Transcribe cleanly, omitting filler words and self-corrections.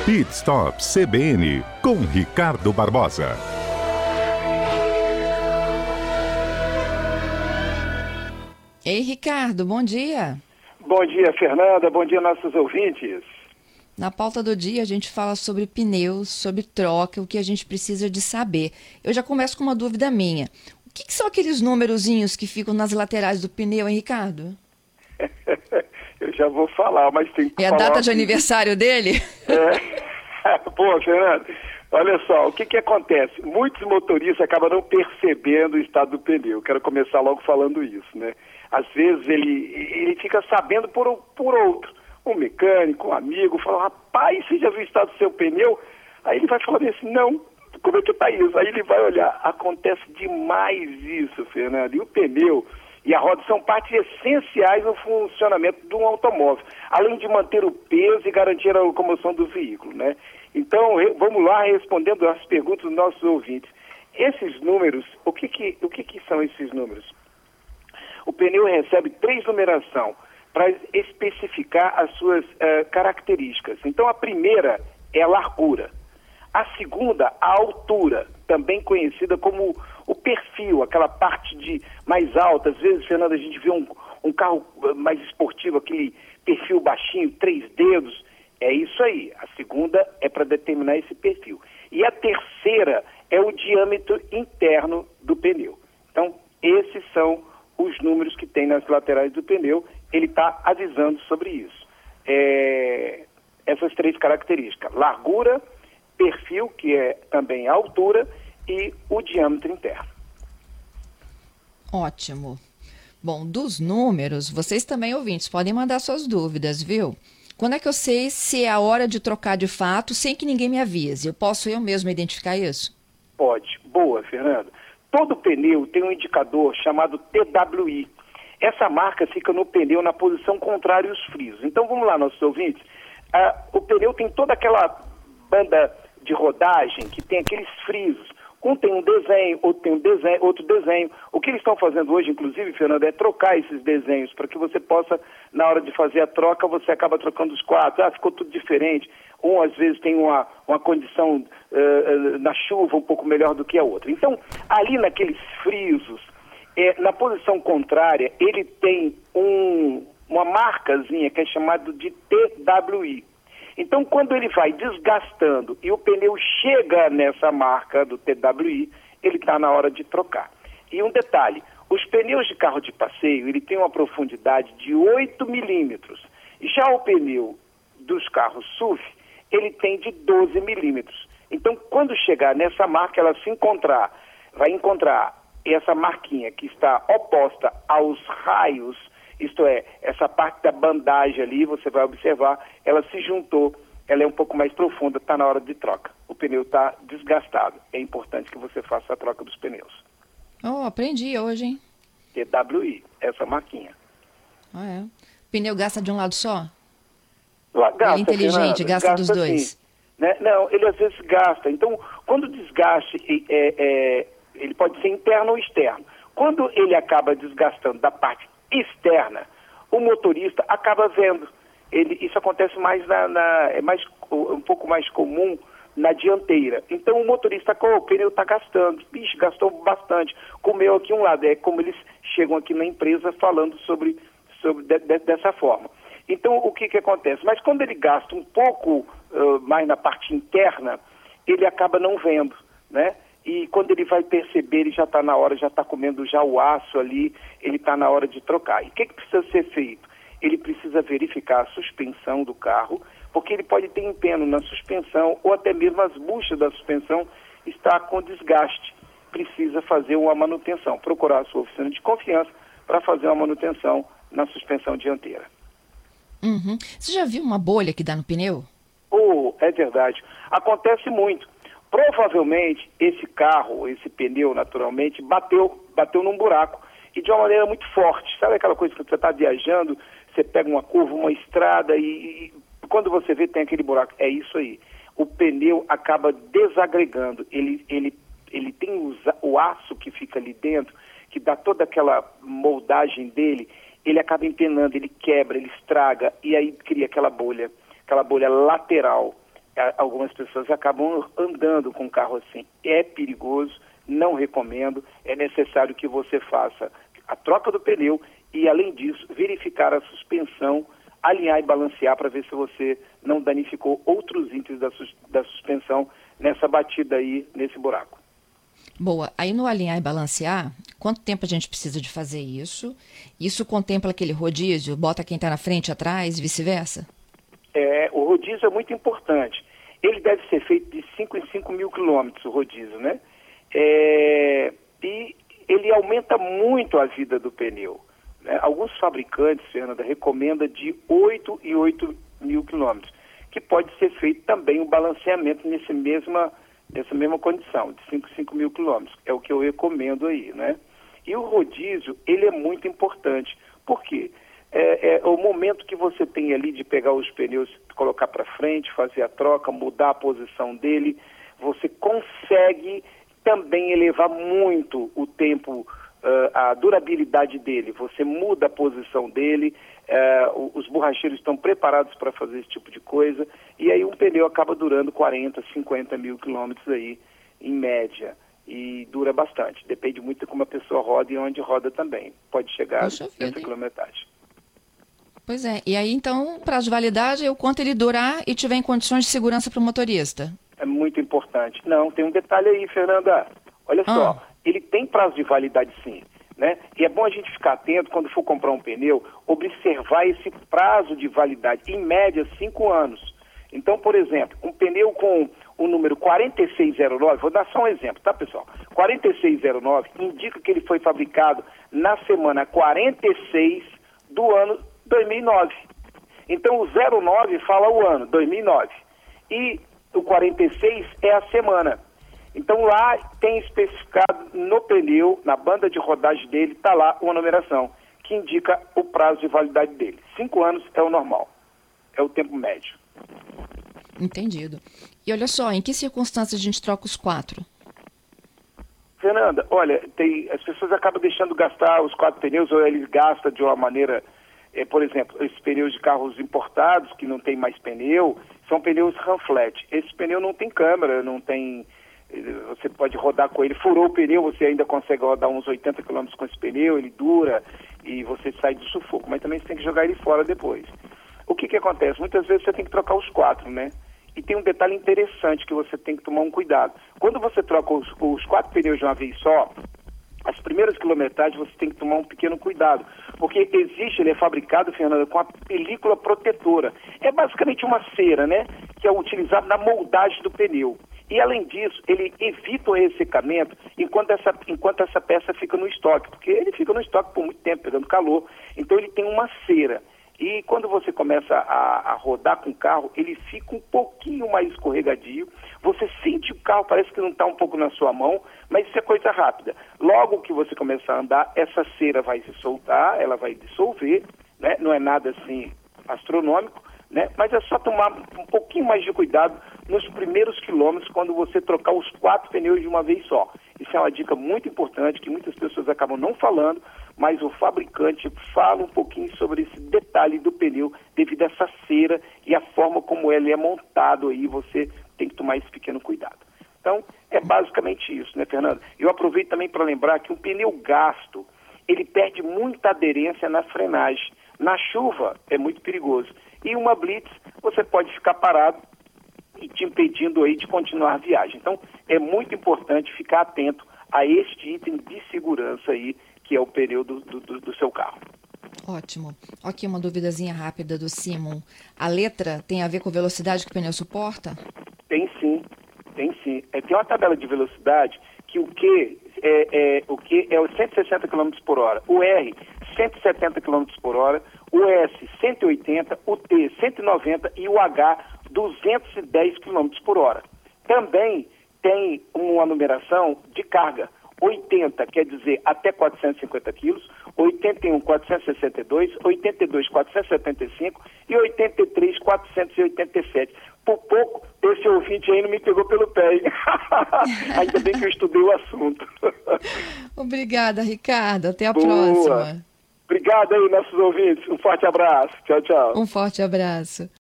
Pit Stop CBN, com Ricardo Barbosa. Ei, Ricardo, bom dia. Bom dia, Fernanda. Bom dia, nossos ouvintes. Na pauta do dia, a gente fala sobre pneus, sobre troca, o que a gente precisa de saber. Eu já começo com uma dúvida minha. O que são aqueles númerozinhos que ficam nas laterais do pneu, hein, Ricardo? Eu já vou falar, mas tem que falar... É a data de aniversário dele? Pô, Fernanda, olha só, o que acontece? Muitos motoristas acabam não percebendo o estado do pneu. Quero começar logo falando isso, né? Às vezes ele fica sabendo por outro. Um mecânico, um amigo, fala, rapaz, você já viu o estado do seu pneu? Aí ele vai falar assim, não, como é que tá isso? Aí ele vai olhar, acontece demais isso, Fernando. E o pneu e a roda são partes essenciais no funcionamento de um automóvel, além de manter o peso e garantir a locomoção do veículo, né? Então, vamos lá respondendo as perguntas dos nossos ouvintes. Esses números, o que são esses números? O pneu recebe 3 numerações para especificar as suas características. Então, a primeira é a largura. A segunda, a altura, também conhecida como o perfil, aquela parte mais alta. Às vezes, Fernanda, a gente vê um carro mais esportivo, aquele perfil baixinho, 3 dedos. É isso aí. A segunda é para determinar esse perfil. E a terceira é o diâmetro interno do pneu. Então, esses são os números que tem nas laterais do pneu. Ele está avisando sobre isso. Essas 3 características: largura, perfil, que é também a altura, e o diâmetro interno. Ótimo. Bom, dos números, vocês também, ouvintes, podem mandar suas dúvidas, viu? Quando é que eu sei se é a hora de trocar de fato sem que ninguém me avise? Posso eu mesmo identificar isso? Pode. Boa, Fernando. Todo pneu tem um indicador chamado TWI. Essa marca fica no pneu na posição contrária aos frisos. Então vamos lá, nossos ouvintes. O pneu tem toda aquela banda de rodagem que tem aqueles frisos. Um tem um desenho, outro tem outro desenho. O que eles estão fazendo hoje, inclusive, Fernando, é trocar esses desenhos para que você possa, na hora de fazer a troca, você acaba trocando os quadros. Ficou tudo diferente. Um, às vezes, tem uma condição na chuva um pouco melhor do que a outra. Então, ali naqueles frisos, na posição contrária, ele tem uma marcazinha que é chamada de TWI. Então, quando ele vai desgastando e o pneu chega nessa marca do TWI, ele está na hora de trocar. E um detalhe, os pneus de carro de passeio, ele tem uma profundidade de 8 milímetros. Já o pneu dos carros SUV, ele tem de 12 milímetros. Então, quando chegar nessa marca, ela vai encontrar essa marquinha que está oposta aos raios, isto é, essa parte da bandagem ali, você vai observar, ela se juntou, ela é um pouco mais profunda, está na hora de troca. O pneu está desgastado. É importante que você faça a troca dos pneus. Aprendi hoje, hein? TWI, essa marquinha. O pneu gasta de um lado só? Gasta, ele é inteligente, Fernanda, gasta dos dois? Sim, né? Não, ele às vezes gasta. Então, quando o desgaste, ele pode ser interno ou externo. Quando ele acaba desgastando da parte externa, o motorista acaba vendo. Isso acontece mais um pouco mais comum na dianteira. Então o motorista, o pneu está gastando. Bicho, gastou bastante. Comeu aqui um lado. É como eles chegam aqui na empresa falando sobre dessa forma. Então o que acontece? Mas quando ele gasta um pouco mais na parte interna, ele acaba não vendo, né? E quando ele vai perceber, ele já está na hora, já está comendo já o aço ali, ele está na hora de trocar. E o que precisa ser feito? Ele precisa verificar a suspensão do carro, porque ele pode ter empeno na suspensão ou até mesmo as buchas da suspensão está com desgaste. Precisa fazer uma manutenção, procurar a sua oficina de confiança para fazer uma manutenção na suspensão dianteira. Uhum. Você já viu uma bolha que dá no pneu? É verdade. Acontece muito. Provavelmente esse pneu naturalmente, bateu num buraco e de uma maneira muito forte. Sabe aquela coisa que você está viajando, você pega uma curva, uma estrada e quando você vê tem aquele buraco. É isso aí. O pneu acaba desagregando. Ele tem o aço que fica ali dentro, que dá toda aquela moldagem dele, ele acaba empenando, ele quebra, ele estraga e aí cria aquela bolha lateral algumas pessoas acabam andando com o carro assim. É perigoso, não recomendo, é necessário que você faça a troca do pneu e, além disso, verificar a suspensão, alinhar e balancear para ver se você não danificou outros itens da suspensão nessa batida aí, nesse buraco. Boa. Aí no alinhar e balancear, quanto tempo a gente precisa de fazer isso? Isso contempla aquele rodízio? Bota quem está na frente, atrás, vice-versa? O rodízio é muito importante. Ele deve ser feito de 5 em 5 mil quilômetros, o rodízio, né? E ele aumenta muito a vida do pneu, né? Alguns fabricantes, Fernanda, recomendam de 8 em 8 mil quilômetros, que pode ser feito também o balanceamento nessa mesma condição, de 5 em 5 mil quilômetros. É o que eu recomendo aí, né? E o rodízio, ele é muito importante. Por quê? É o momento que você tem ali de pegar os pneus, colocar para frente, fazer a troca, mudar a posição dele. Você consegue também elevar muito o tempo, a durabilidade dele. Você muda a posição dele, os borracheiros estão preparados para fazer esse tipo de coisa, e aí um pneu acaba durando 40, 50 mil quilômetros aí, em média. E dura bastante. Depende muito de como a pessoa roda e onde roda também. Pode chegar a essa quilometragem. Pois é. E aí, então, prazo de validade é o quanto ele durar e tiver em condições de segurança para o motorista. É muito importante. Não, tem um detalhe aí, Fernanda. Olha só, ele tem prazo de validade sim, né? E é bom a gente ficar atento quando for comprar um pneu, observar esse prazo de validade, em média 5 anos. Então, por exemplo, um pneu com o número 4609, vou dar só um exemplo, tá, pessoal? 4609 indica que ele foi fabricado na semana 46 do ano 2009. Então, o 09 fala o ano, 2009. E o 46 é a semana. Então, lá tem especificado no pneu, na banda de rodagem dele, está lá uma numeração que indica o prazo de validade dele. 5 anos é o normal, é o tempo médio. Entendido. E olha só, em que circunstâncias a gente troca os 4? Fernanda, olha, as pessoas acabam deixando gastar os 4 pneus, ou eles gastam de uma maneira, por exemplo, esses pneus de carros importados, que não tem mais pneu, são pneus Ranflat. Esse pneu não tem câmera, não tem... Você pode rodar com ele, furou o pneu, você ainda consegue rodar uns 80 km com esse pneu, ele dura e você sai do sufoco, mas também você tem que jogar ele fora depois. O que acontece? Muitas vezes você tem que trocar os 4, né? E tem um detalhe interessante que você tem que tomar um cuidado. Quando você troca os 4 pneus de uma vez só, as primeiras quilometragens você tem que tomar um pequeno cuidado, porque ele é fabricado, Fernanda, com a película protetora. É basicamente uma cera, né? Que é utilizada na moldagem do pneu. E, além disso, ele evita o ressecamento enquanto essa peça fica no estoque, porque ele fica no estoque por muito tempo, pegando calor. Então, ele tem uma cera. E quando você começa a rodar com o carro, ele fica um pouquinho mais escorregadio. Você sente o carro, parece que não está um pouco na sua mão, mas isso é coisa rápida. Logo que você começar a andar, essa cera vai se soltar, ela vai dissolver, né? Não é nada assim astronômico, né? Mas é só tomar um pouquinho mais de cuidado nos primeiros quilômetros, quando você trocar os 4 pneus de uma vez só. Isso é uma dica muito importante que muitas pessoas acabam não falando, mas o fabricante fala um pouquinho sobre esse detalhe do pneu devido a essa cera e a forma como ele é montado aí, você tem que tomar esse pequeno cuidado. Então, é basicamente isso, né, Fernando? Eu aproveito também para lembrar que um pneu gasto, ele perde muita aderência na frenagem. Na chuva, é muito perigoso. E uma blitz, você pode ficar parado e te impedindo aí de continuar a viagem. Então, é muito importante ficar atento a este item de segurança aí, que é o pneu do seu carro. Ótimo. Aqui uma duvidazinha rápida do Simon. A letra tem a ver com a velocidade que o pneu suporta? Tem sim, tem sim. Tem uma tabela de velocidade que o Q é os 160 km por hora, o R 170 km por hora, o S 180, o T 190 e o H 210 km por hora. Também tem uma numeração de carga. 80 quer dizer até 450 quilos, 81 462, 82 475 e 83 487. Por pouco, esse ouvinte aí não me pegou pelo pé. Ainda bem que eu estudei o assunto. Obrigada, Ricardo. Até a próxima. Obrigado aí, nossos ouvintes. Um forte abraço. Tchau, tchau. Um forte abraço.